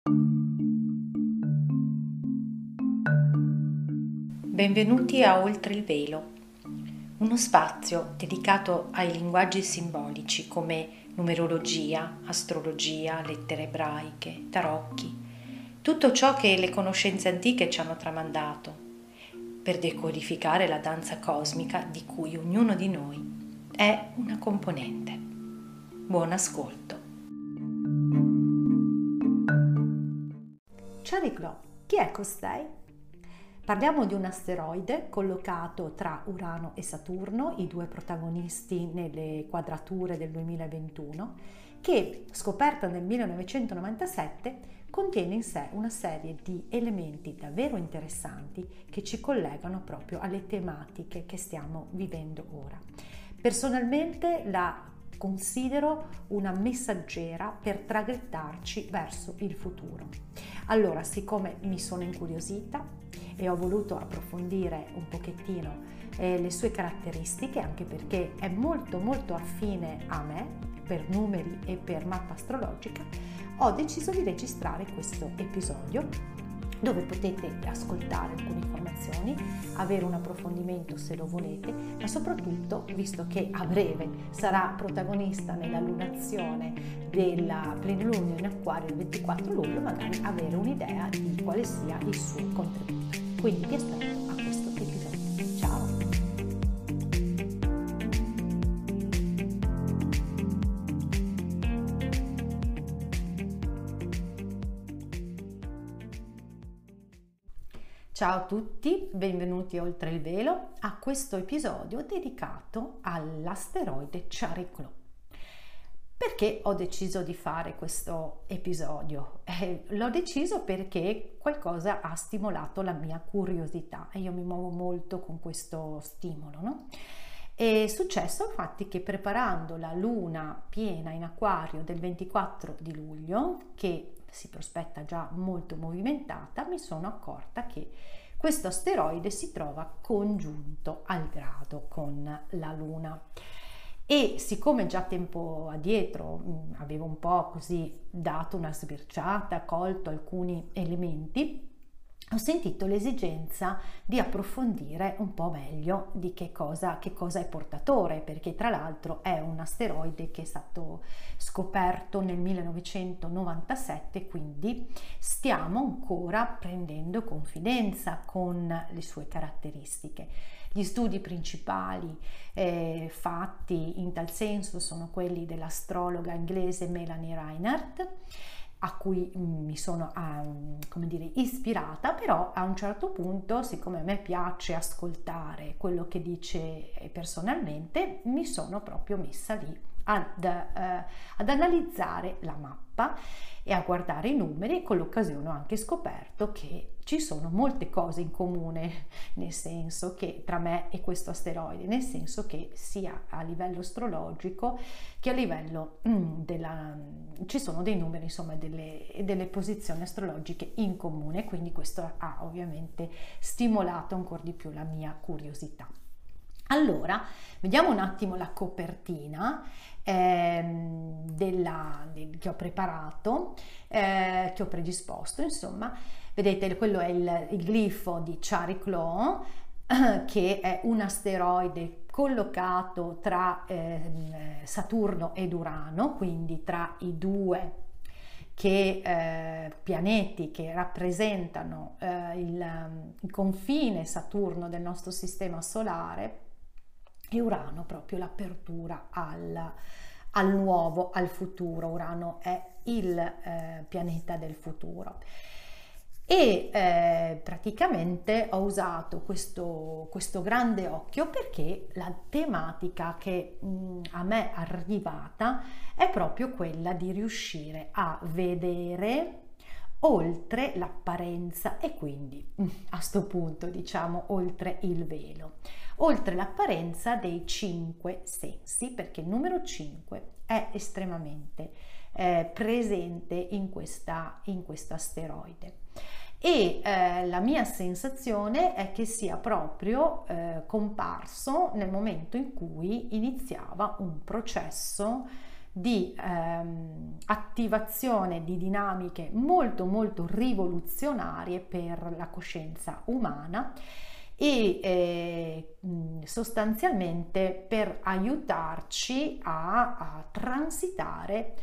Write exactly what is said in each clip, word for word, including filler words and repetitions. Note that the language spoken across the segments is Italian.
Benvenuti a Oltre il Velo, uno spazio dedicato ai linguaggi simbolici come numerologia, astrologia, lettere ebraiche, tarocchi, tutto ciò che le conoscenze antiche ci hanno tramandato, per decodificare la danza cosmica di cui ognuno di noi è una componente. Buon ascolto. Chariclo, chi è costei? Parliamo di un asteroide collocato tra Urano e Saturno, i due protagonisti nelle quadrature del duemilaventuno, che, scoperta nel millenovecentonovantasette, contiene in sé una serie di elementi davvero interessanti che ci collegano proprio alle tematiche che stiamo vivendo ora. Personalmente la considero una messaggera per traghettarci verso il futuro. Allora, siccome mi sono incuriosita e ho voluto approfondire un pochettino eh, le sue caratteristiche, anche perché è molto molto affine a me per numeri e per mappa astrologica, ho deciso di registrare questo episodio dove potete ascoltare alcune informazioni, avere un approfondimento se lo volete, ma soprattutto, visto che a breve sarà protagonista nella lunazione della plenilunio in Acquario il ventiquattro luglio, magari avere un'idea di quale sia il suo contributo. Quindi vi aspetto a questo episodio. Ciao! Ciao a tutti, benvenuti Oltre il Velo a questo episodio dedicato all'asteroide Chariclo. Perché ho deciso di fare questo episodio? Eh, l'ho deciso perché qualcosa ha stimolato la mia curiosità e io mi muovo molto con questo stimolo, no? È successo infatti che preparando la luna piena in Acquario del ventiquattro di luglio, che si prospetta già molto movimentata, mi sono accorta che questo asteroide si trova congiunto al grado con la luna. E siccome già tempo addietro mh, avevo un po' così dato una sbirciata, colto alcuni elementi, ho sentito l'esigenza di approfondire un po' meglio di che cosa, che cosa è portatore, perché tra l'altro è un asteroide che è stato scoperto nel millenovecentonovantasette, quindi stiamo ancora prendendo confidenza con le sue caratteristiche. Gli studi principali eh, fatti in tal senso sono quelli dell'astrologa inglese Melanie Reinhardt, a cui mi sono come dire, ispirata, però a un certo punto, siccome a me piace ascoltare quello che dice personalmente, mi sono proprio messa lì ad, eh, ad analizzare la mappa e a guardare i numeri, e con l'occasione ho anche scoperto che ci sono molte cose in comune, nel senso che tra me e questo asteroide, nel senso che sia a livello astrologico che a livello mm, della ci sono dei numeri, insomma, delle, delle posizioni astrologiche in comune, quindi questo ha ovviamente stimolato ancora di più la mia curiosità. Allora, vediamo un attimo la copertina ehm, della, del, che ho preparato, eh, che ho predisposto, insomma. Vedete, quello è il, il glifo di Chariclo, eh, che è un asteroide collocato tra eh, Saturno ed Urano, quindi tra i due che, eh, pianeti che rappresentano eh, il, il confine Saturno del nostro sistema solare, e Urano proprio l'apertura al, al nuovo, al futuro. Urano è il eh, pianeta del futuro. E eh, praticamente ho usato questo, questo grande occhio perché la tematica che mh, a me è arrivata è proprio quella di riuscire a vedere oltre l'apparenza e quindi a sto punto diciamo oltre il velo, oltre l'apparenza dei cinque sensi, perché il numero cinque è estremamente eh, presente in questa in questo asteroide. E eh, la mia sensazione è che sia proprio eh, comparso nel momento in cui iniziava un processo di ehm, attivazione di dinamiche molto molto rivoluzionarie per la coscienza umana e eh, sostanzialmente per aiutarci a, a transitare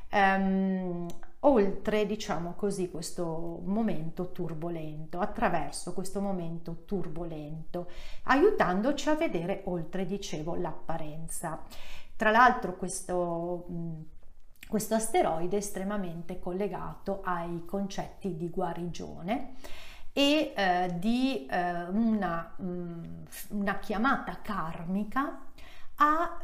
ehm, oltre, diciamo così, questo momento turbolento, attraverso questo momento turbolento, aiutandoci a vedere oltre, dicevo, l'apparenza. Tra l'altro questo, questo asteroide è estremamente collegato ai concetti di guarigione e eh, di eh, una, mh, una chiamata karmica a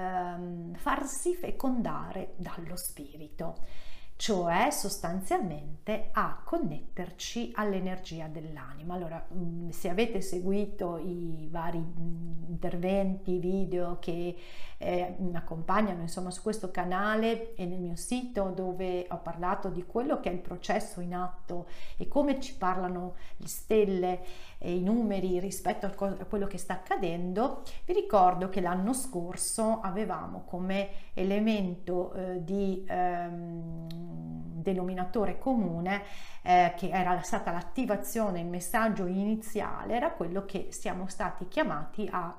eh, farsi fecondare dallo spirito, cioè sostanzialmente a connetterci all'energia dell'anima. Allora, se avete seguito i vari interventi, video che eh, mi accompagnano insomma su questo canale e nel mio sito, dove ho parlato di quello che è il processo in atto e come ci parlano le stelle e i numeri rispetto a quello che sta accadendo, vi ricordo che l'anno scorso avevamo come elemento eh, di ehm, denominatore comune eh, che era stata l'attivazione, il messaggio iniziale era quello che siamo stati chiamati a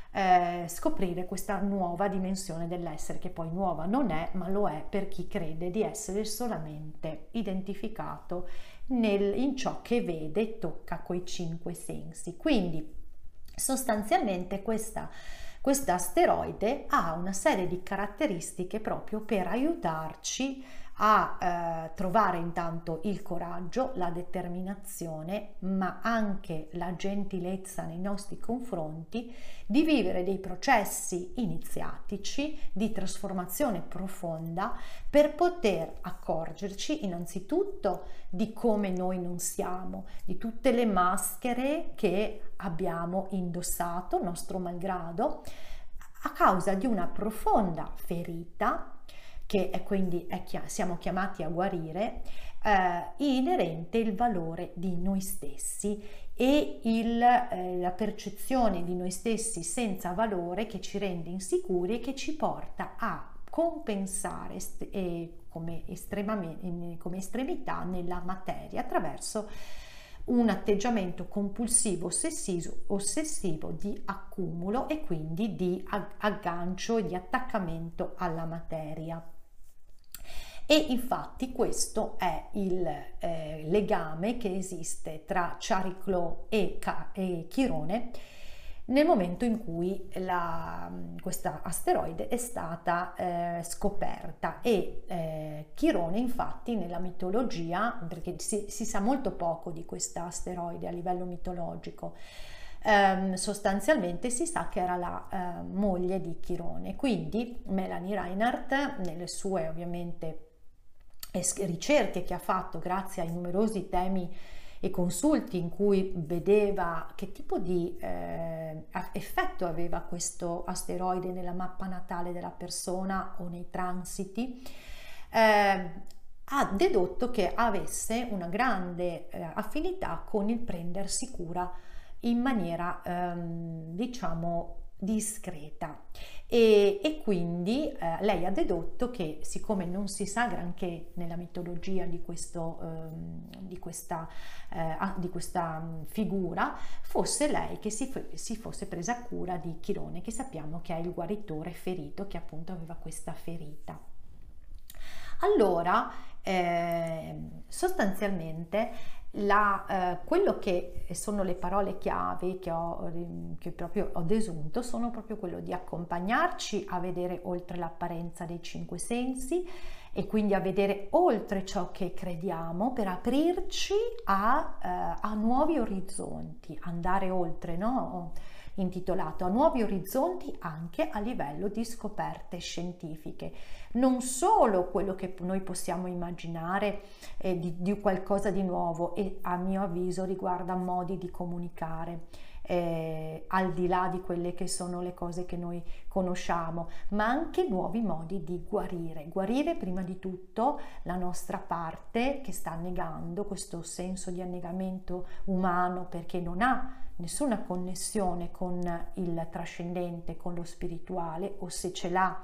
eh, scoprire questa nuova dimensione dell'essere, che poi nuova non è, ma lo è per chi crede di essere solamente identificato nel, in ciò che vede e tocca coi cinque sensi. Quindi sostanzialmente questa questo asteroide ha una serie di caratteristiche proprio per aiutarci a eh, trovare intanto il coraggio, la determinazione, ma anche la gentilezza nei nostri confronti, di vivere dei processi iniziatici di trasformazione profonda per poter accorgerci innanzitutto di come noi non siamo, di tutte le maschere che abbiamo indossato, nostro malgrado, a causa di una profonda ferita che è quindi è, siamo chiamati a guarire, eh, inerente il valore di noi stessi e il, eh, la percezione di noi stessi senza valore, che ci rende insicuri e che ci porta a compensare eh, come, come estremità nella materia attraverso un atteggiamento compulsivo ossessivo, ossessivo di accumulo e quindi di aggancio e di attaccamento alla materia. E infatti questo è il eh, legame che esiste tra Chariclo e, e Chirone nel momento in cui la, questa asteroide è stata eh, scoperta e eh, Chirone infatti nella mitologia, perché si, si sa molto poco di questa asteroide a livello mitologico, ehm, sostanzialmente si sa che era la eh, moglie di Chirone, quindi Melanie Reinhardt nelle sue ovviamente ricerche che ha fatto grazie ai numerosi temi e consulti in cui vedeva che tipo di eh, effetto aveva questo asteroide nella mappa natale della persona o nei transiti, eh, ha dedotto che avesse una grande eh, affinità con il prendersi cura in maniera ehm, diciamo discreta e, e quindi eh, lei ha dedotto che siccome non si sa granché nella mitologia di, questo, ehm, di, questa, eh, di questa figura, fosse lei che si, si fosse presa cura di Chirone, che sappiamo che è il guaritore ferito, che appunto aveva questa ferita. Allora eh, sostanzialmente La, eh, quello che sono le parole chiave che, ho, che proprio ho desunto sono proprio quello di accompagnarci a vedere oltre l'apparenza dei cinque sensi e quindi a vedere oltre ciò che crediamo per aprirci a, eh, a nuovi orizzonti, andare oltre, no? Intitolato a nuovi orizzonti anche a livello di scoperte scientifiche, non solo quello che noi possiamo immaginare eh, di, di qualcosa di nuovo, e a mio avviso riguarda modi di comunicare eh, al di là di quelle che sono le cose che noi conosciamo, ma anche nuovi modi di guarire, guarire prima di tutto la nostra parte che sta negando questo senso di annegamento umano, perché non ha nessuna connessione con il trascendente, con lo spirituale, o se ce l'ha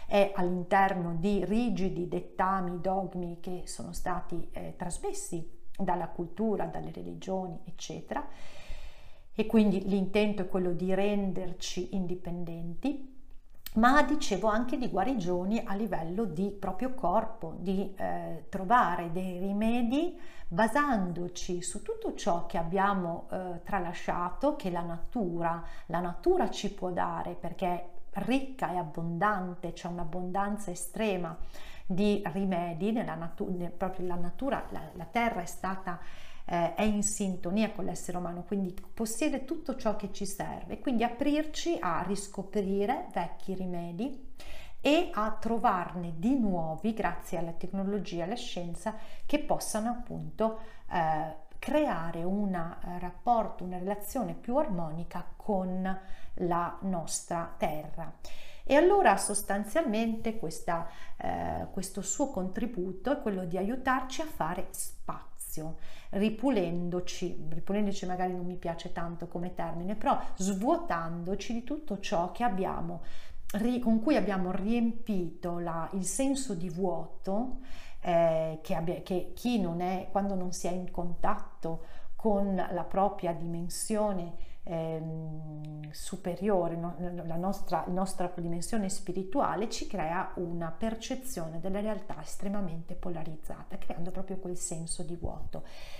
è all'interno di rigidi dettami, dogmi che sono stati eh, trasmessi dalla cultura, dalle religioni, eccetera, e quindi l'intento è quello di renderci indipendenti, ma dicevo anche di guarigioni a livello di proprio corpo, di eh, trovare dei rimedi basandoci su tutto ciò che abbiamo eh, tralasciato, che la natura, la natura ci può dare, perché è ricca e abbondante, c'è un'abbondanza estrema di rimedi nella natura, proprio la natura, la, la terra è stata eh, è in sintonia con l'essere umano, quindi possiede tutto ciò che ci serve, quindi aprirci a riscoprire vecchi rimedi e a trovarne di nuovi grazie alla tecnologia e alla scienza che possano appunto eh, creare un eh, rapporto, una relazione più armonica con la nostra terra. E allora sostanzialmente questa, eh, questo suo contributo è quello di aiutarci a fare spazio, ripulendoci, ripulendoci magari non mi piace tanto come termine, però svuotandoci di tutto ciò che abbiamo, con cui abbiamo riempito la, il senso di vuoto eh, che, abbia, che chi non è, quando non si è in contatto con la propria dimensione Ehm, superiore, no? la, nostra, la nostra dimensione spirituale ci crea una percezione della realtà estremamente polarizzata, creando proprio quel senso di vuoto.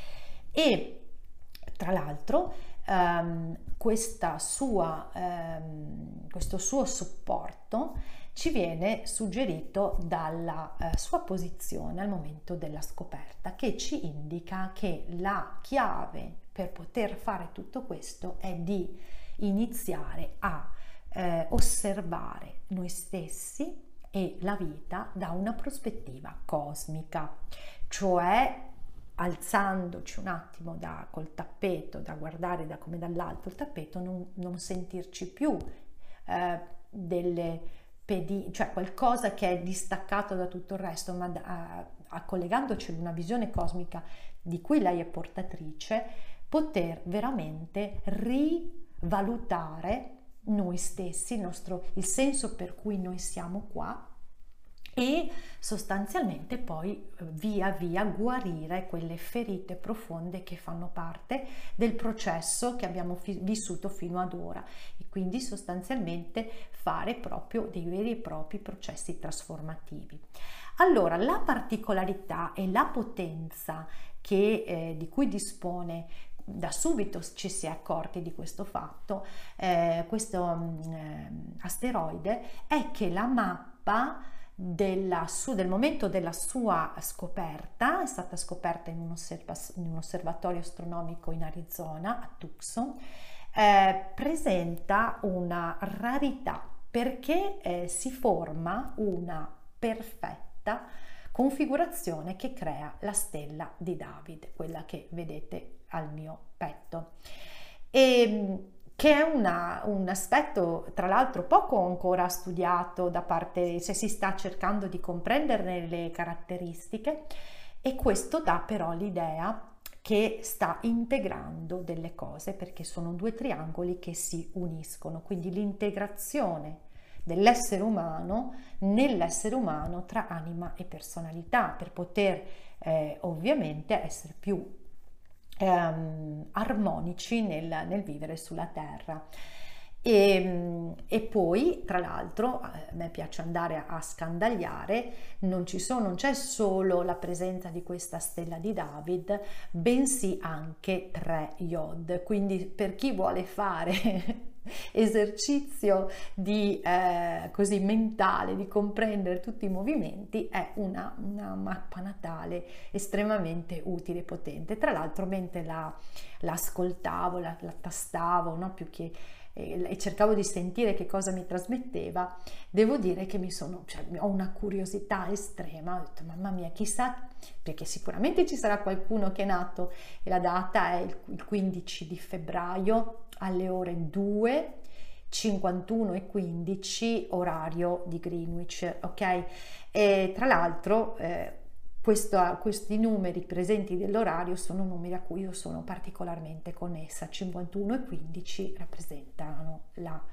E tra l'altro ehm, questa sua, ehm, questo suo supporto ci viene suggerito dalla eh, sua posizione al momento della scoperta, che ci indica che la chiave per poter fare tutto questo è di iniziare a eh, osservare noi stessi e la vita da una prospettiva cosmica, cioè alzandoci un attimo da, col tappeto, da guardare da come dall'alto il tappeto, non, non sentirci più eh, delle pedi, cioè qualcosa che è distaccato da tutto il resto, ma da, a, collegandoci ad una visione cosmica di cui lei è portatrice, poter veramente rivalutare noi stessi, il nostro, il senso per cui noi siamo qua, e sostanzialmente poi via via guarire quelle ferite profonde che fanno parte del processo che abbiamo fi- vissuto fino ad ora, e quindi sostanzialmente fare proprio dei veri e propri processi trasformativi. Allora, la particolarità e la potenza che, eh, di cui dispone, da subito ci si è accorti di questo fatto, eh, questo eh, asteroide, è che la mappa della su, del momento della sua scoperta è stata scoperta in un, osserva, in un osservatorio astronomico in Arizona, a Tucson, eh, presenta una rarità perché eh, si forma una perfetta configurazione che crea la stella di David, quella che vedete al mio petto, e che è una, un aspetto tra l'altro poco ancora studiato da parte, se si sta cercando di comprenderne le caratteristiche, e questo dà però l'idea che sta integrando delle cose, perché sono due triangoli che si uniscono, quindi l'integrazione dell'essere umano nell'essere umano tra anima e personalità, per poter eh, ovviamente essere più ehm, armonici nel, nel vivere sulla terra. E, e poi tra l'altro a me piace andare a, a scandagliare, non ci sono, non c'è solo la presenza di questa stella di David, bensì anche tre Yod, quindi per chi vuole fare esercizio di eh, così mentale, di comprendere tutti i movimenti, è una, una mappa natale estremamente utile e potente. Tra l'altro mentre la, la ascoltavo, la, la tastavo, no? Più che e cercavo di sentire che cosa mi trasmetteva, devo dire che mi sono, cioè, ho una curiosità estrema, ho detto mamma mia, chissà, perché sicuramente ci sarà qualcuno che è nato, e la data è il quindici di febbraio alle ore due cinquantuno e quindici orario di Greenwich, ok? E tra l'altro eh, Questo, questi numeri presenti dell'orario sono numeri a cui io sono particolarmente connessa. Cinquantuno e quindici rappresentano la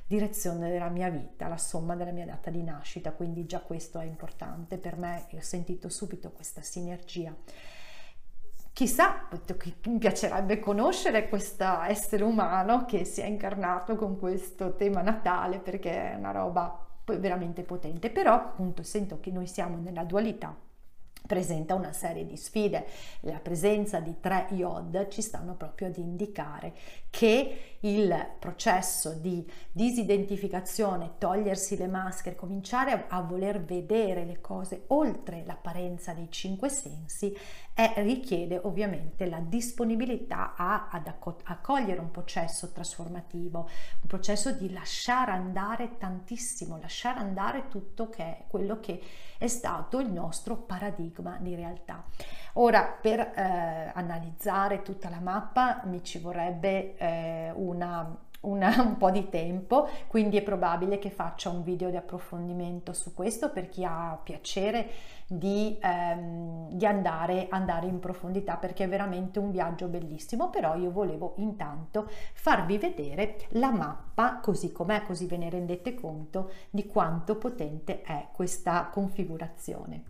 direzione della mia vita, la somma della mia data di nascita, quindi già questo è importante per me e ho sentito subito questa sinergia. Chissà, mi piacerebbe conoscere questo essere umano che si è incarnato con questo tema natale, perché è una roba veramente potente, però appunto sento che noi siamo nella dualità, presenta una serie di sfide. La presenza di tre Yod ci stanno proprio ad indicare che il processo di disidentificazione, togliersi le maschere, cominciare a, a voler vedere le cose oltre l'apparenza dei cinque sensi, è, richiede ovviamente la disponibilità a, ad accogliere un processo trasformativo, un processo di lasciare andare tantissimo, lasciare andare tutto che è quello che è stato il nostro paradigma di realtà. Ora, per eh, analizzare tutta la mappa mi ci vorrebbe eh, una, una, un po' di tempo, quindi è probabile che faccia un video di approfondimento su questo per chi ha piacere di, ehm, di andare, andare in profondità, perché è veramente un viaggio bellissimo. Però io volevo intanto farvi vedere la mappa così com'è, così ve ne rendete conto di quanto potente è questa configurazione.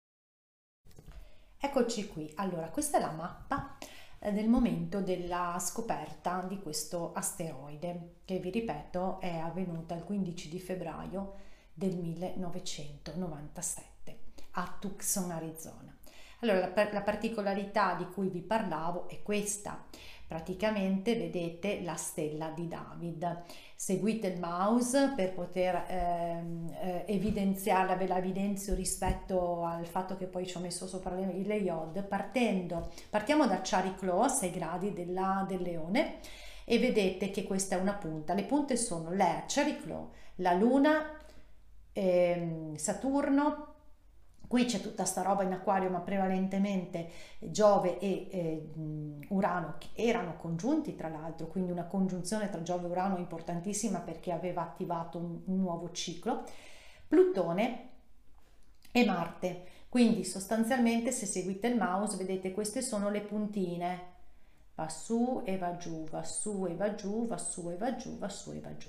Eccoci qui. Allora, questa è la mappa del momento della scoperta di questo asteroide, che vi ripeto è avvenuta il quindici di febbraio del millenovecentonovantasette a Tucson, Arizona. Allora, la, la particolarità di cui vi parlavo è questa. Praticamente vedete la stella di David. Seguite il mouse per poter ehm, eh, evidenziarla, ve la evidenzio rispetto al fatto che poi ci ho messo sopra le, le Yod. Partendo, partiamo da Chariklo, a sei gradi della, del leone, e vedete che questa è una punta. Le punte sono l'Ea, Chariklo, la Luna, ehm, Saturno. Qui c'è tutta sta roba in acquario, ma prevalentemente Giove e eh, Urano che erano congiunti tra l'altro, quindi una congiunzione tra Giove e Urano importantissima perché aveva attivato un, un nuovo ciclo. Plutone e Marte, quindi sostanzialmente se seguite il mouse vedete queste sono le puntine, va su e va giù, va su e va giù, va su e va giù, va su e va giù.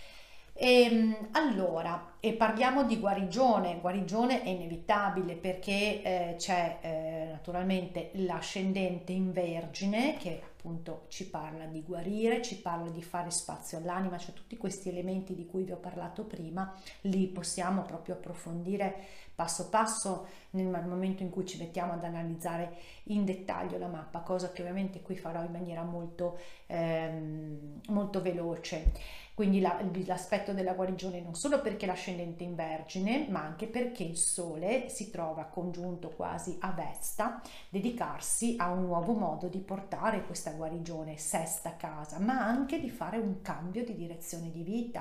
E, allora, e parliamo di guarigione. Guarigione è inevitabile perché eh, c'è eh, naturalmente l'ascendente in Vergine che appunto ci parla di guarire, ci parla di fare spazio all'anima, cioè tutti questi elementi di cui vi ho parlato prima, li possiamo proprio approfondire passo passo nel momento in cui ci mettiamo ad analizzare in dettaglio la mappa, cosa che ovviamente qui farò in maniera molto, ehm, molto veloce. Quindi la, l'aspetto della guarigione non solo perché l'ascendente in Vergine, ma anche perché il Sole si trova congiunto quasi a Vesta, dedicarsi a un nuovo modo di portare questa guarigione, sesta casa, ma anche di fare un cambio di direzione di vita,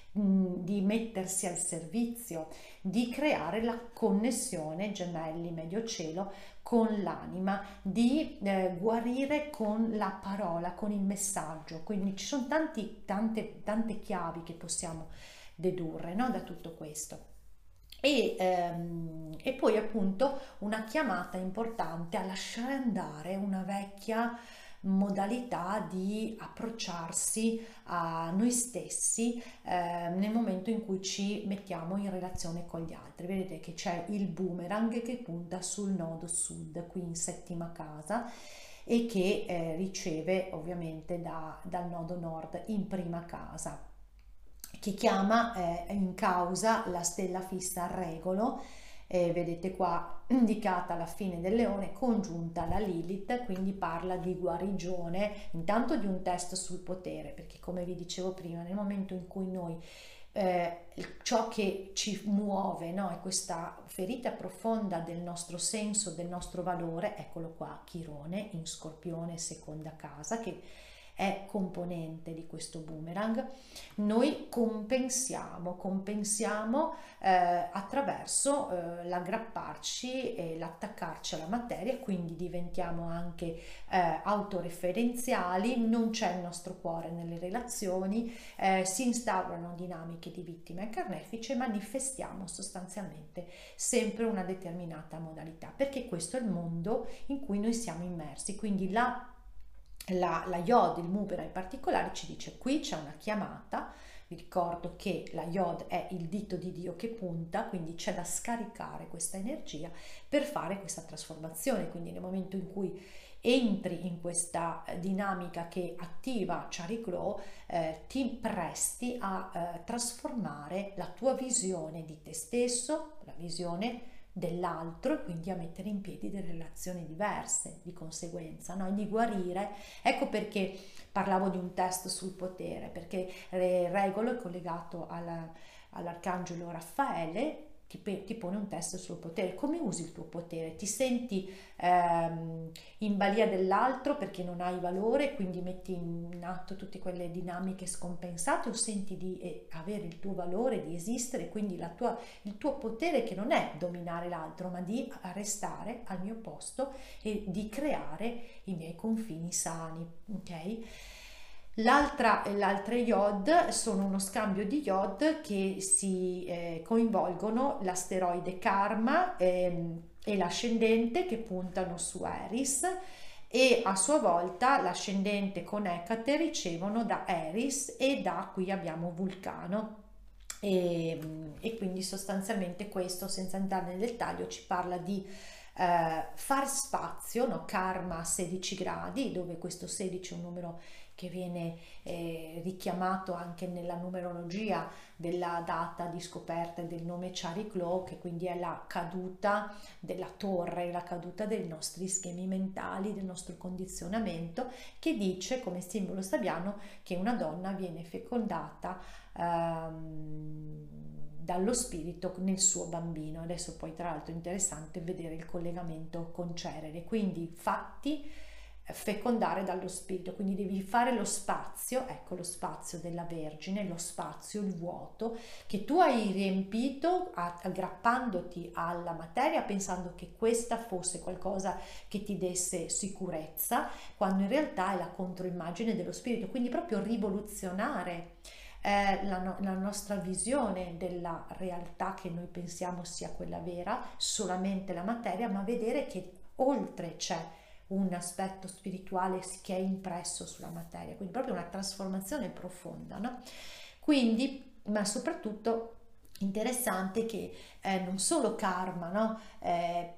di mettersi al servizio, di creare la connessione gemelli medio cielo con l'anima, di eh, guarire con la parola, con il messaggio. Quindi ci sono tanti, tante, tante chiavi che possiamo dedurre, no, da tutto questo. E, ehm, e poi appunto una chiamata importante a lasciare andare una vecchia modalità di approcciarsi a noi stessi eh, nel momento in cui ci mettiamo in relazione con gli altri. Vedete che c'è il boomerang che punta sul nodo sud, qui in settima casa, e che eh, riceve ovviamente da, dal nodo nord in prima casa, che chiama eh, in causa la stella fissa Regolo. Eh, vedete qua indicata la fine del leone congiunta la Lilith, quindi parla di guarigione, intanto di un test sul potere, perché come vi dicevo prima, nel momento in cui noi eh, ciò che ci muove, no, è questa ferita profonda del nostro senso, del nostro valore, eccolo qua, Chirone in Scorpione, seconda casa, che è componente di questo boomerang. Noi compensiamo, compensiamo eh, attraverso eh, l'aggrapparci e l'attaccarci alla materia, quindi diventiamo anche eh, autoreferenziali, non c'è il nostro cuore nelle relazioni, eh, si instaurano dinamiche di vittima e carnefice, manifestiamo sostanzialmente sempre una determinata modalità, perché questo è il mondo in cui noi siamo immersi. Quindi la La, la Yod, il Mubera in particolare, ci dice qui c'è una chiamata, Vi ricordo che la Yod è il dito di Dio che punta, quindi c'è da scaricare questa energia per fare questa trasformazione. Quindi nel momento in cui entri in questa dinamica che attiva Chariklo, eh, ti presti a eh, trasformare la tua visione di te stesso, la visione dell'altro, e quindi a mettere in piedi delle relazioni diverse di conseguenza, no? E di guarire. Ecco perché parlavo di un test sul potere, perché Regolo è collegato alla, all'arcangelo Raffaele, ti, ti pone un test sul potere. Come usi il tuo potere? Ti senti ehm, in balia dell'altro perché non hai valore, quindi metti in atto tutte quelle dinamiche scompensate, o senti di eh, avere il tuo valore, di esistere, quindi la tua, il tuo potere, che non è dominare l'altro, ma di restare al mio posto e di creare i miei confini sani, ok? L'altra, l'altra Yod sono uno scambio di Yod che si eh, coinvolgono l'asteroide Karma ehm, e l'ascendente, che puntano su Eris, e a sua volta l'ascendente con Ecate ricevono da Eris, e da qui abbiamo Vulcano. E, e quindi sostanzialmente questo, senza andare nel dettaglio, ci parla di eh, far spazio, no? Karma a sedici gradi, dove questo sedici è un numero che viene eh, richiamato anche nella numerologia della data di scoperta del nome Chariklo, che quindi è la caduta della torre, la caduta dei nostri schemi mentali, del nostro condizionamento, che dice come simbolo sabiano che una donna viene fecondata ehm, dallo spirito nel suo bambino. Adesso poi tra l'altro è interessante vedere il collegamento con Cerere, quindi fatti fecondare dallo spirito, quindi devi fare lo spazio, ecco lo spazio della Vergine, lo spazio, il vuoto che tu hai riempito aggrappandoti alla materia, pensando che questa fosse qualcosa che ti desse sicurezza, quando in realtà è la controimmagine dello spirito. Quindi proprio rivoluzionare eh, la, no- la nostra visione della realtà, che noi pensiamo sia quella vera, solamente la materia, ma vedere che oltre c'è un aspetto spirituale che è impresso sulla materia, quindi proprio una trasformazione profonda, no? Quindi, ma soprattutto interessante che eh, non solo Karma, no? Eh,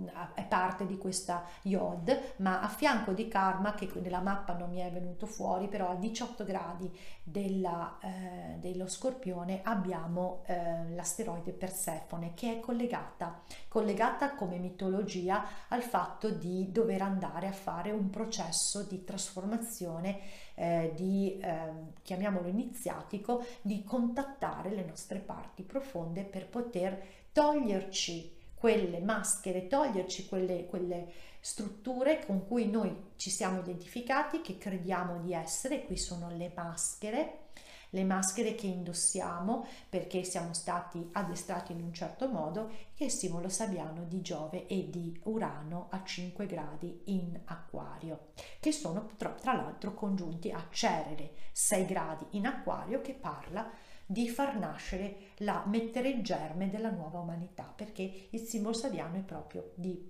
è parte di questa Yod, ma a fianco di Karma, che nella mappa non mi è venuto fuori, però a diciotto gradi della, eh, dello Scorpione abbiamo eh, l'asteroide Persefone, che è collegata, collegata come mitologia al fatto di dover andare a fare un processo di trasformazione, eh, di, eh, chiamiamolo iniziatico, di contattare le nostre parti profonde per poter toglierci quelle maschere, toglierci quelle, quelle strutture con cui noi ci siamo identificati, che crediamo di essere. Qui sono le maschere, le maschere che indossiamo perché siamo stati addestrati in un certo modo, che è il simbolo sabiano di Giove e di Urano a cinque gradi in Acquario, che sono tra, tra l'altro congiunti a Cerere sei gradi in Acquario, che parla di far nascere, la, mettere il germe della nuova umanità, perché il simbolo sabiano è proprio di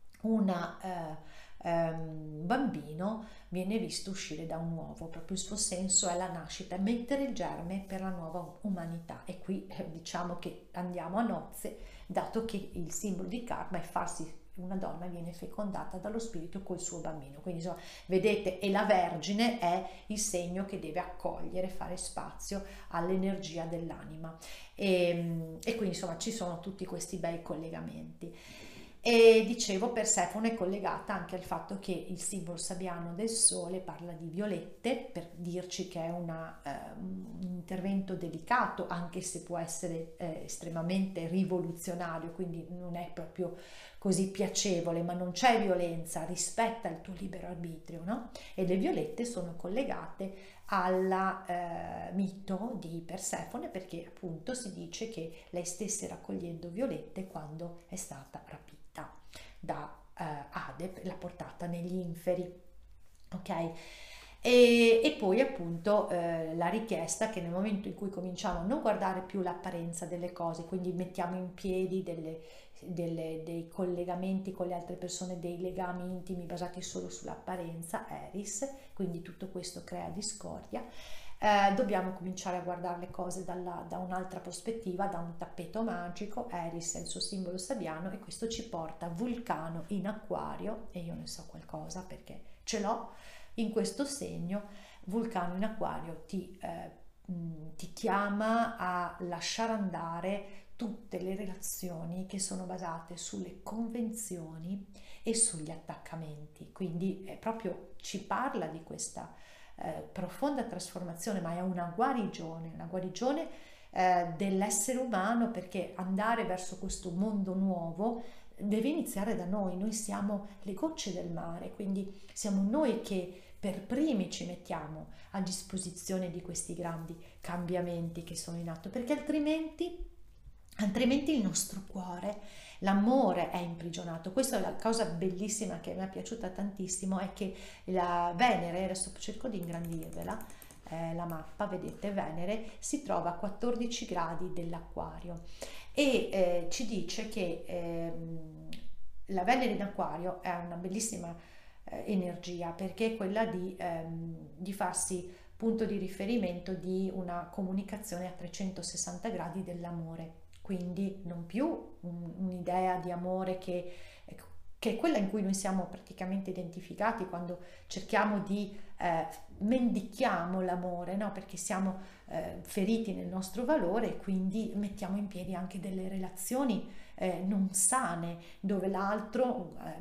una eh, ehm, bambino viene visto uscire da un uovo, proprio il suo senso è la nascita, mettere il germe per la nuova umanità. E qui eh, diciamo che andiamo a nozze, dato che il simbolo di Karma è farsi, una donna viene fecondata dallo spirito col suo bambino, quindi insomma vedete, e la Vergine è il segno che deve accogliere, fare spazio all'energia dell'anima, e, e quindi insomma ci sono tutti questi bei collegamenti. E dicevo, Persefone è collegata anche al fatto che il simbolo sabiano del sole parla di violette, per dirci che è una, eh, un intervento delicato, anche se può essere eh, estremamente rivoluzionario, quindi non è proprio così piacevole, ma non c'è violenza, rispetta il tuo libero arbitrio, no? E le violette sono collegate al eh, mito di Persefone, perché appunto si dice che lei stesse raccogliendo violette quando è stata rapita da eh, Ade, l'ha portata negli inferi, ok? E, e poi appunto eh, la richiesta che nel momento in cui cominciamo a non guardare più l'apparenza delle cose, quindi mettiamo in piedi delle, delle, dei collegamenti con le altre persone, dei legami intimi basati solo sull'apparenza, Eris, quindi tutto questo crea discordia. eh, dobbiamo cominciare a guardare le cose dalla, da un'altra prospettiva, da un tappeto magico. Eris è il suo simbolo sabbiano e questo ci porta a Vulcano in Acquario, e io ne so qualcosa perché ce l'ho in questo segno. Vulcano in Acquario ti, eh, ti chiama a lasciare andare tutte le relazioni che sono basate sulle convenzioni e sugli attaccamenti, quindi eh, proprio ci parla di questa eh, profonda trasformazione, ma è una guarigione, una guarigione eh, dell'essere umano, perché andare verso questo mondo nuovo deve iniziare da noi. Noi siamo le gocce del mare, quindi siamo noi che per primi ci mettiamo a disposizione di questi grandi cambiamenti che sono in atto, perché altrimenti altrimenti il nostro cuore, l'amore è imprigionato. Questa è la cosa bellissima che mi è piaciuta tantissimo, è che la Venere, adesso cerco di ingrandirvela, eh, la mappa, vedete, Venere si trova a quattordici gradi dell'Acquario e eh, ci dice che eh, la Venere in Acquario è una bellissima eh, energia, perché è quella di, ehm, di farsi punto di riferimento di una comunicazione a trecentosessanta gradi dell'amore. Quindi non più un'idea di amore che, che è quella in cui noi siamo praticamente identificati quando cerchiamo di eh, mendichiamo l'amore, no? Perché siamo eh, feriti nel nostro valore e quindi mettiamo in piedi anche delle relazioni eh, non sane, dove l'altro eh,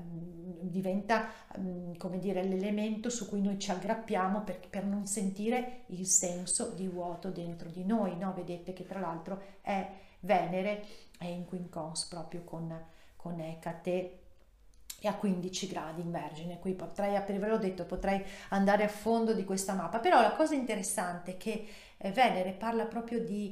diventa eh, come dire l'elemento su cui noi ci aggrappiamo per, per non sentire il senso di vuoto dentro di noi, no? Vedete che tra l'altro è Venere è in quincons proprio con, con Ecate e a quindici gradi in Vergine. Qui potrei, ve l'ho detto, potrei andare a fondo di questa mappa, però la cosa interessante è che eh, Venere parla proprio di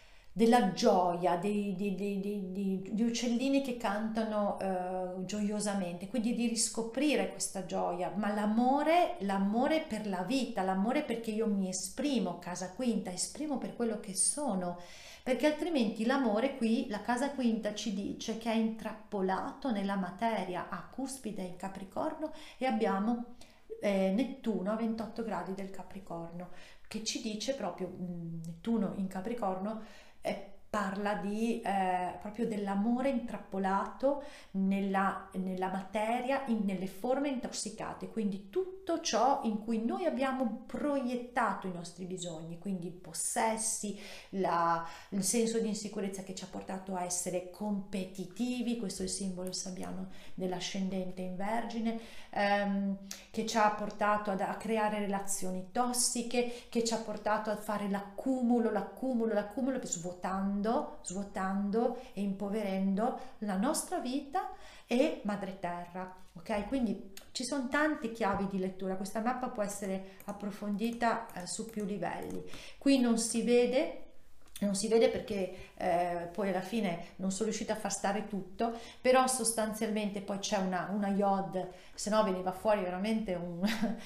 della gioia, di, di, di, di, di uccellini che cantano eh, gioiosamente, quindi di riscoprire questa gioia, ma l'amore, l'amore per la vita, l'amore perché io mi esprimo, casa quinta, esprimo per quello che sono, perché altrimenti l'amore qui, la casa quinta ci dice che è intrappolato nella materia, a cuspide in Capricorno, e abbiamo eh, Nettuno a ventotto gradi del Capricorno, che ci dice proprio, mh, Nettuno in Capricorno, eh, parla di, eh, proprio dell'amore intrappolato nella, nella materia, in, nelle forme intossicate, quindi tutto ciò in cui noi abbiamo proiettato i nostri bisogni, quindi i possessi, la, il senso di insicurezza che ci ha portato a essere competitivi, questo è il simbolo sabbiano dell'ascendente in Vergine, ehm, che ci ha portato ad, a creare relazioni tossiche, che ci ha portato a fare l'accumulo, l'accumulo, l'accumulo, svuotando, svuotando e impoverendo la nostra vita e madre terra. Ok, quindi ci sono tante chiavi di lettura, questa mappa può essere approfondita eh, su più livelli. Qui non si vede non si vede perché eh, poi alla fine non sono riuscita a far stare tutto, però sostanzialmente poi c'è una, una iod, se no veniva fuori veramente un,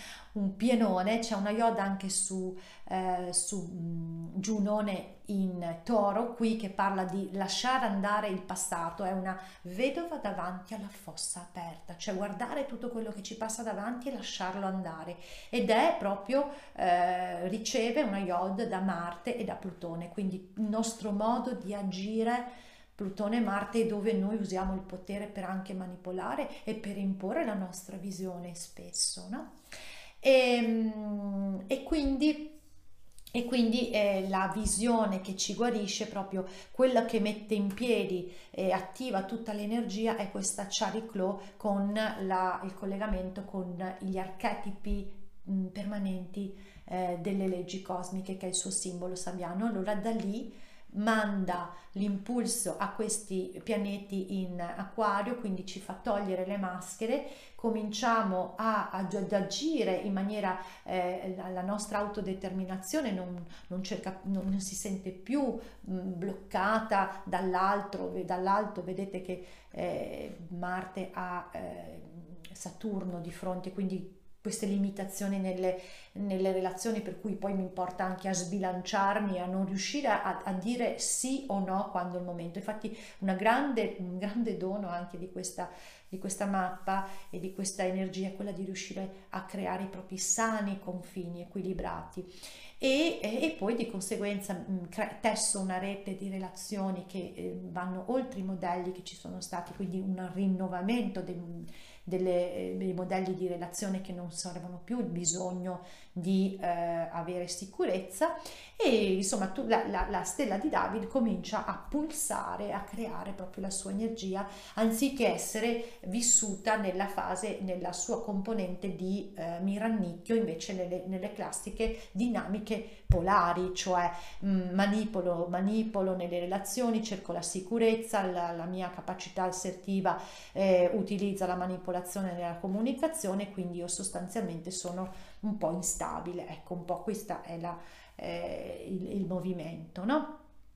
un pienone. C'è una iod anche su, eh, su mh, Giunone in Toro, qui, che parla di lasciare andare il passato, è una vedova davanti alla fossa aperta, cioè guardare tutto quello che ci passa davanti e lasciarlo andare, ed è proprio eh, riceve una iod da Marte e da Plutone, quindi il nostro modo di agire, Plutone e Marte, dove noi usiamo il potere per anche manipolare e per imporre la nostra visione spesso, no? E, e quindi E quindi eh, la visione che ci guarisce, proprio quella che mette in piedi e attiva tutta l'energia, è questa Chariclo, con la, il collegamento con gli archetipi mh, permanenti eh, delle leggi cosmiche, che è il suo simbolo sabbiano. Allora da lì manda l'impulso a questi pianeti in Acquario, quindi ci fa togliere le maschere, cominciamo a, ad agire in maniera, eh, la, la nostra autodeterminazione non, non, cerca, non, non si sente più mh, bloccata dall'altro, dall'alto. Vedete che eh, Marte ha eh, Saturno di fronte, quindi queste limitazioni nelle, nelle relazioni, per cui poi mi porta anche a sbilanciarmi, a non riuscire a, a dire sì o no quando è il momento. Infatti una grande, un grande dono anche di questa, di questa mappa e di questa energia è quella di riuscire a creare i propri sani confini equilibrati. E, e poi di conseguenza mh, tesso una rete di relazioni che eh, vanno oltre i modelli che ci sono stati, quindi un rinnovamento dei, delle, dei modelli di relazione che non servono più, il bisogno di eh, avere sicurezza, e insomma tu, la, la, la stella di David comincia a pulsare, a creare proprio la sua energia, anziché essere vissuta nella fase, nella sua componente di eh, mirannicchio, invece nelle, nelle classiche dinamiche polari, cioè mh, manipolo, manipolo nelle relazioni, cerco la sicurezza, la, la mia capacità assertiva eh, utilizza la manipolazione nella comunicazione, quindi io sostanzialmente sono un po' instabile. Ecco, un po' questo è la, eh, il, il movimento, no?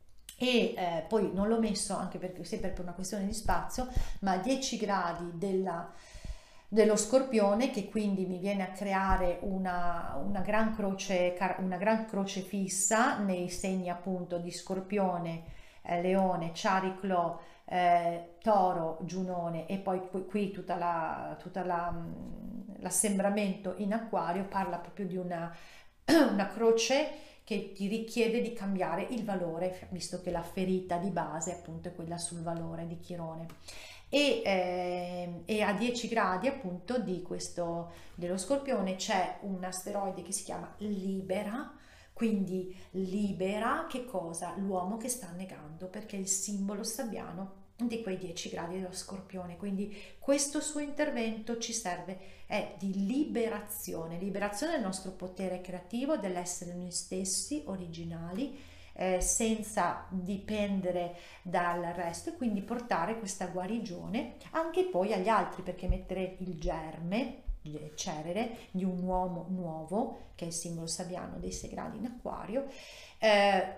E eh, poi non l'ho messo anche perché sempre per una questione di spazio, ma a dieci gradi della dello Scorpione, che quindi mi viene a creare una, una, gran croce, una gran croce fissa nei segni appunto di Scorpione, eh, Leone, Ciariclo, eh, Toro, Giunone, e poi qui, qui tutta la, tutta la, l'assembramento in Acquario parla proprio di una, una croce che ti richiede di cambiare il valore, visto che la ferita di base appunto è quella sul valore di Chirone. E, eh, e a dieci gradi appunto di questo dello Scorpione c'è un asteroide che si chiama Libera, quindi libera che cosa? L'uomo che sta negando, perché è il simbolo sabbiano di quei dieci gradi dello Scorpione. Quindi questo suo intervento ci serve, è di liberazione, liberazione del nostro potere creativo, dell'essere noi stessi originali, Eh, senza dipendere dal resto, e quindi portare questa guarigione anche poi agli altri, perché mettere il germe, il cerere di un uomo nuovo, che è il simbolo sabbiano dei sei gradi in Acquario, eh,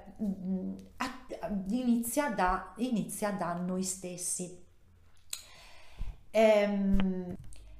inizia, da, inizia da noi stessi. Ehm,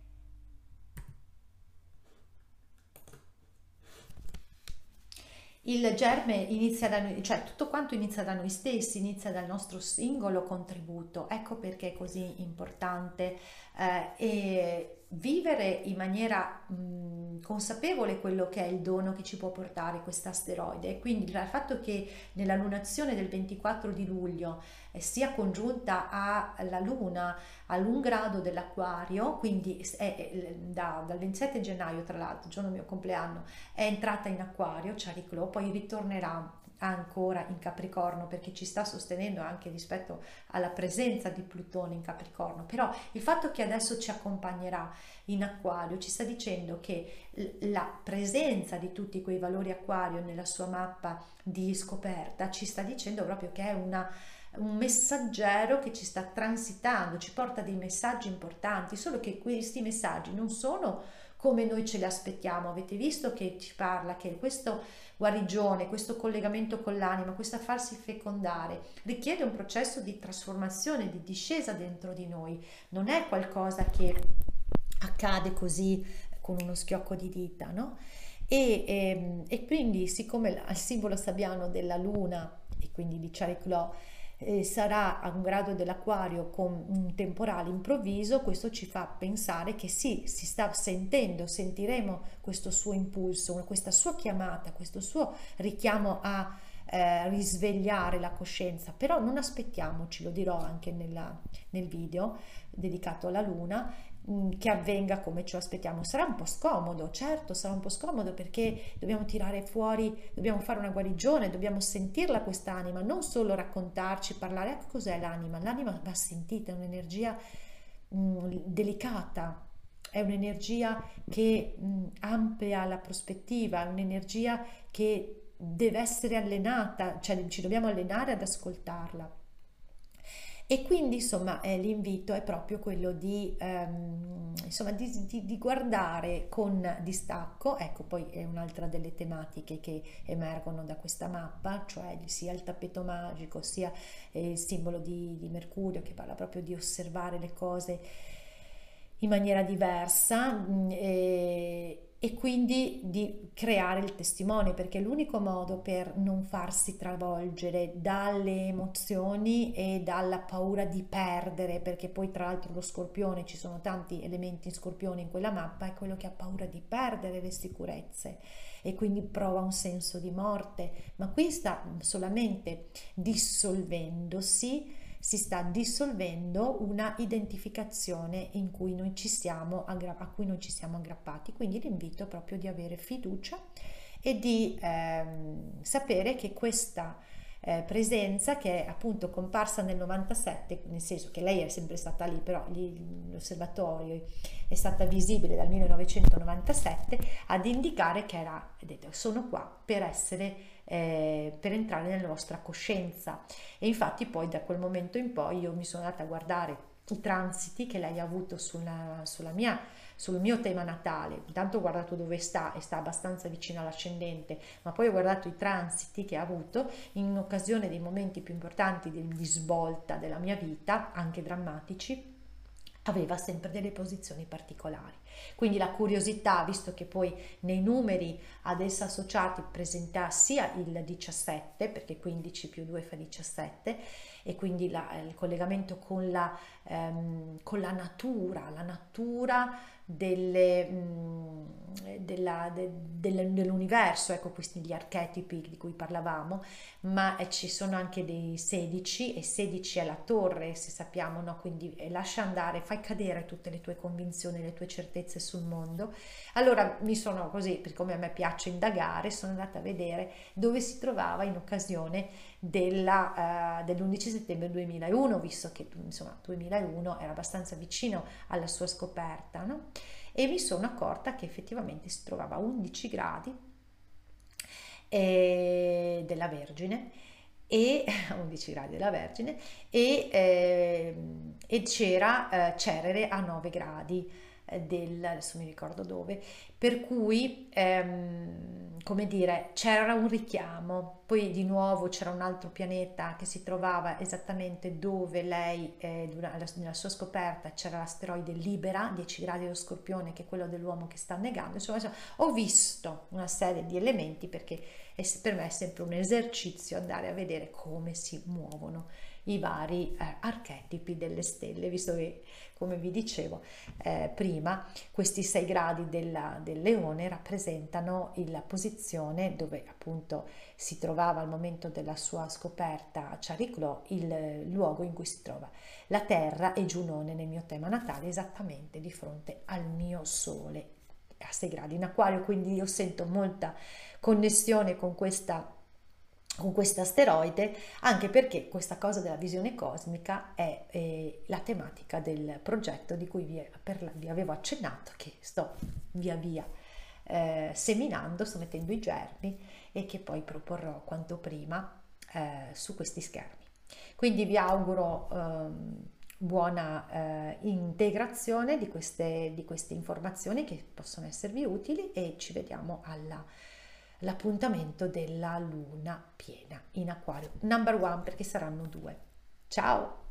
Il germe inizia da noi, cioè tutto quanto inizia da noi stessi, inizia dal nostro singolo contributo. Ecco perché è così importante eh, e vivere in maniera mh, consapevole quello che è il dono che ci può portare questo asteroide. E quindi il fatto che nella lunazione del ventiquattro di luglio eh, sia congiunta alla Luna all'un grado dell'Acquario, quindi è, è, da, dal ventisette gennaio, tra l'altro, il giorno del mio compleanno, è entrata in Acquario, Ciariclo, poi ritornerà ancora in Capricorno perché ci sta sostenendo anche rispetto alla presenza di Plutone in Capricorno. Però il fatto che adesso ci accompagnerà in Acquario ci sta dicendo che la presenza di tutti quei valori Acquario nella sua mappa di scoperta ci sta dicendo proprio che è una un messaggero che ci sta transitando, ci porta dei messaggi importanti, solo che questi messaggi non sono come noi ce li aspettiamo. Avete visto che ci parla che questo guarigione, questo collegamento con l'anima, questo farsi fecondare richiede un processo di trasformazione, di discesa dentro di noi, non è qualcosa che accade così con uno schiocco di dita, no? E, e, e quindi siccome il simbolo sabbiano della luna e quindi di Ciariclo Eh, sarà a un grado dell'Acquario con un temporale improvviso, questo ci fa pensare che sì, si sta sentendo, sentiremo questo suo impulso, questa sua chiamata, questo suo richiamo a eh, risvegliare la coscienza, però non aspettiamoci, lo dirò anche nella, nel video dedicato alla Luna, che avvenga come ci aspettiamo. Sarà un po' scomodo, certo, sarà un po' scomodo perché dobbiamo tirare fuori, dobbiamo fare una guarigione, dobbiamo sentirla quest'anima, non solo raccontarci, parlare. Ecco cos'è l'anima. L'anima va sentita, è un'energia mh, delicata, è un'energia che mh, amplia la prospettiva, è un'energia che deve essere allenata, cioè ci dobbiamo allenare ad ascoltarla. E quindi insomma eh, l'invito è proprio quello di, ehm, insomma, di, di, di guardare con distacco. Ecco, poi è un'altra delle tematiche che emergono da questa mappa, cioè sia il tappeto magico sia eh, il simbolo di, di Mercurio, che parla proprio di osservare le cose in maniera diversa. E, e quindi di creare il testimone, perché è l'unico modo per non farsi travolgere dalle emozioni e dalla paura di perdere, perché poi tra l'altro lo Scorpione, ci sono tanti elementi in Scorpione in quella mappa, è quello che ha paura di perdere le sicurezze e quindi prova un senso di morte, ma qui sta solamente dissolvendosi, si sta dissolvendo una identificazione in cui noi ci siamo a cui noi ci siamo aggrappati. Quindi l'invito è proprio di avere fiducia e di ehm, sapere che questa eh, presenza, che è appunto comparsa nel novantasette, nel senso che lei è sempre stata lì, però lì, l'osservatorio è stata visibile dal millenovecentonovantasette, ad indicare che era, detto, sono qua per essere Eh, per entrare nella vostra coscienza. E infatti poi da quel momento in poi io mi sono andata a guardare i transiti che lei ha avuto sulla, sulla mia, sul mio tema natale. Intanto ho guardato dove sta e sta abbastanza vicino all'ascendente, ma poi ho guardato i transiti che ha avuto in occasione dei momenti più importanti di, di svolta della mia vita, anche drammatici. Aveva sempre delle posizioni particolari. Quindi la curiosità, visto che poi nei numeri ad essa associati presenta sia il diciassette, perché quindici più due fa diciassette, e quindi la, il collegamento con la, ehm, con la natura, la natura delle, mh, della, de, del, dell'universo, ecco questi gli archetipi di cui parlavamo, ma eh, ci sono anche dei sedici, e sedici è la torre, se sappiamo, no? Quindi eh, lascia andare, fai cadere tutte le tue convinzioni, le tue certezze sul mondo. Allora mi sono così, per come a me piace indagare, sono andata a vedere dove si trovava in occasione della, uh, dell'undici settembre duemilauno, visto che insomma duemilauno era abbastanza vicino alla sua scoperta, no? E mi sono accorta che effettivamente si trovava a undici gradi eh, della Vergine, e undici gradi della Vergine, e, eh, e c'era eh, Cerere a nove gradi eh, del, adesso mi ricordo dove, per cui ehm, come dire, c'era un richiamo. Poi di nuovo c'era un altro pianeta che si trovava esattamente dove lei eh, nella sua scoperta, c'era l'asteroide Libera, dieci gradi dello Scorpione, che è quello dell'uomo che sta negando. Insomma, insomma ho visto una serie di elementi, perché per me è sempre un esercizio andare a vedere come si muovono i vari eh, archetipi delle stelle, visto che, come vi dicevo eh, prima, questi sei gradi della, del leone rappresentano la posizione dove appunto si trovava al momento della sua scoperta a Chariclo, il luogo in cui si trova la Terra e Giunone nel mio tema natale, esattamente di fronte al mio Sole a sei gradi in Acquario. Quindi io sento molta connessione con questa con questo asteroide, anche perché questa cosa della visione cosmica è eh, la tematica del progetto di cui vi, per, vi avevo accennato, che sto via via eh, seminando, sto mettendo i germi, e che poi proporrò quanto prima eh, su questi schermi. Quindi vi auguro ehm, buona eh, integrazione di queste, di queste informazioni che possono esservi utili, e ci vediamo alla l'appuntamento della luna piena in Acquario number one, perché saranno due. Ciao!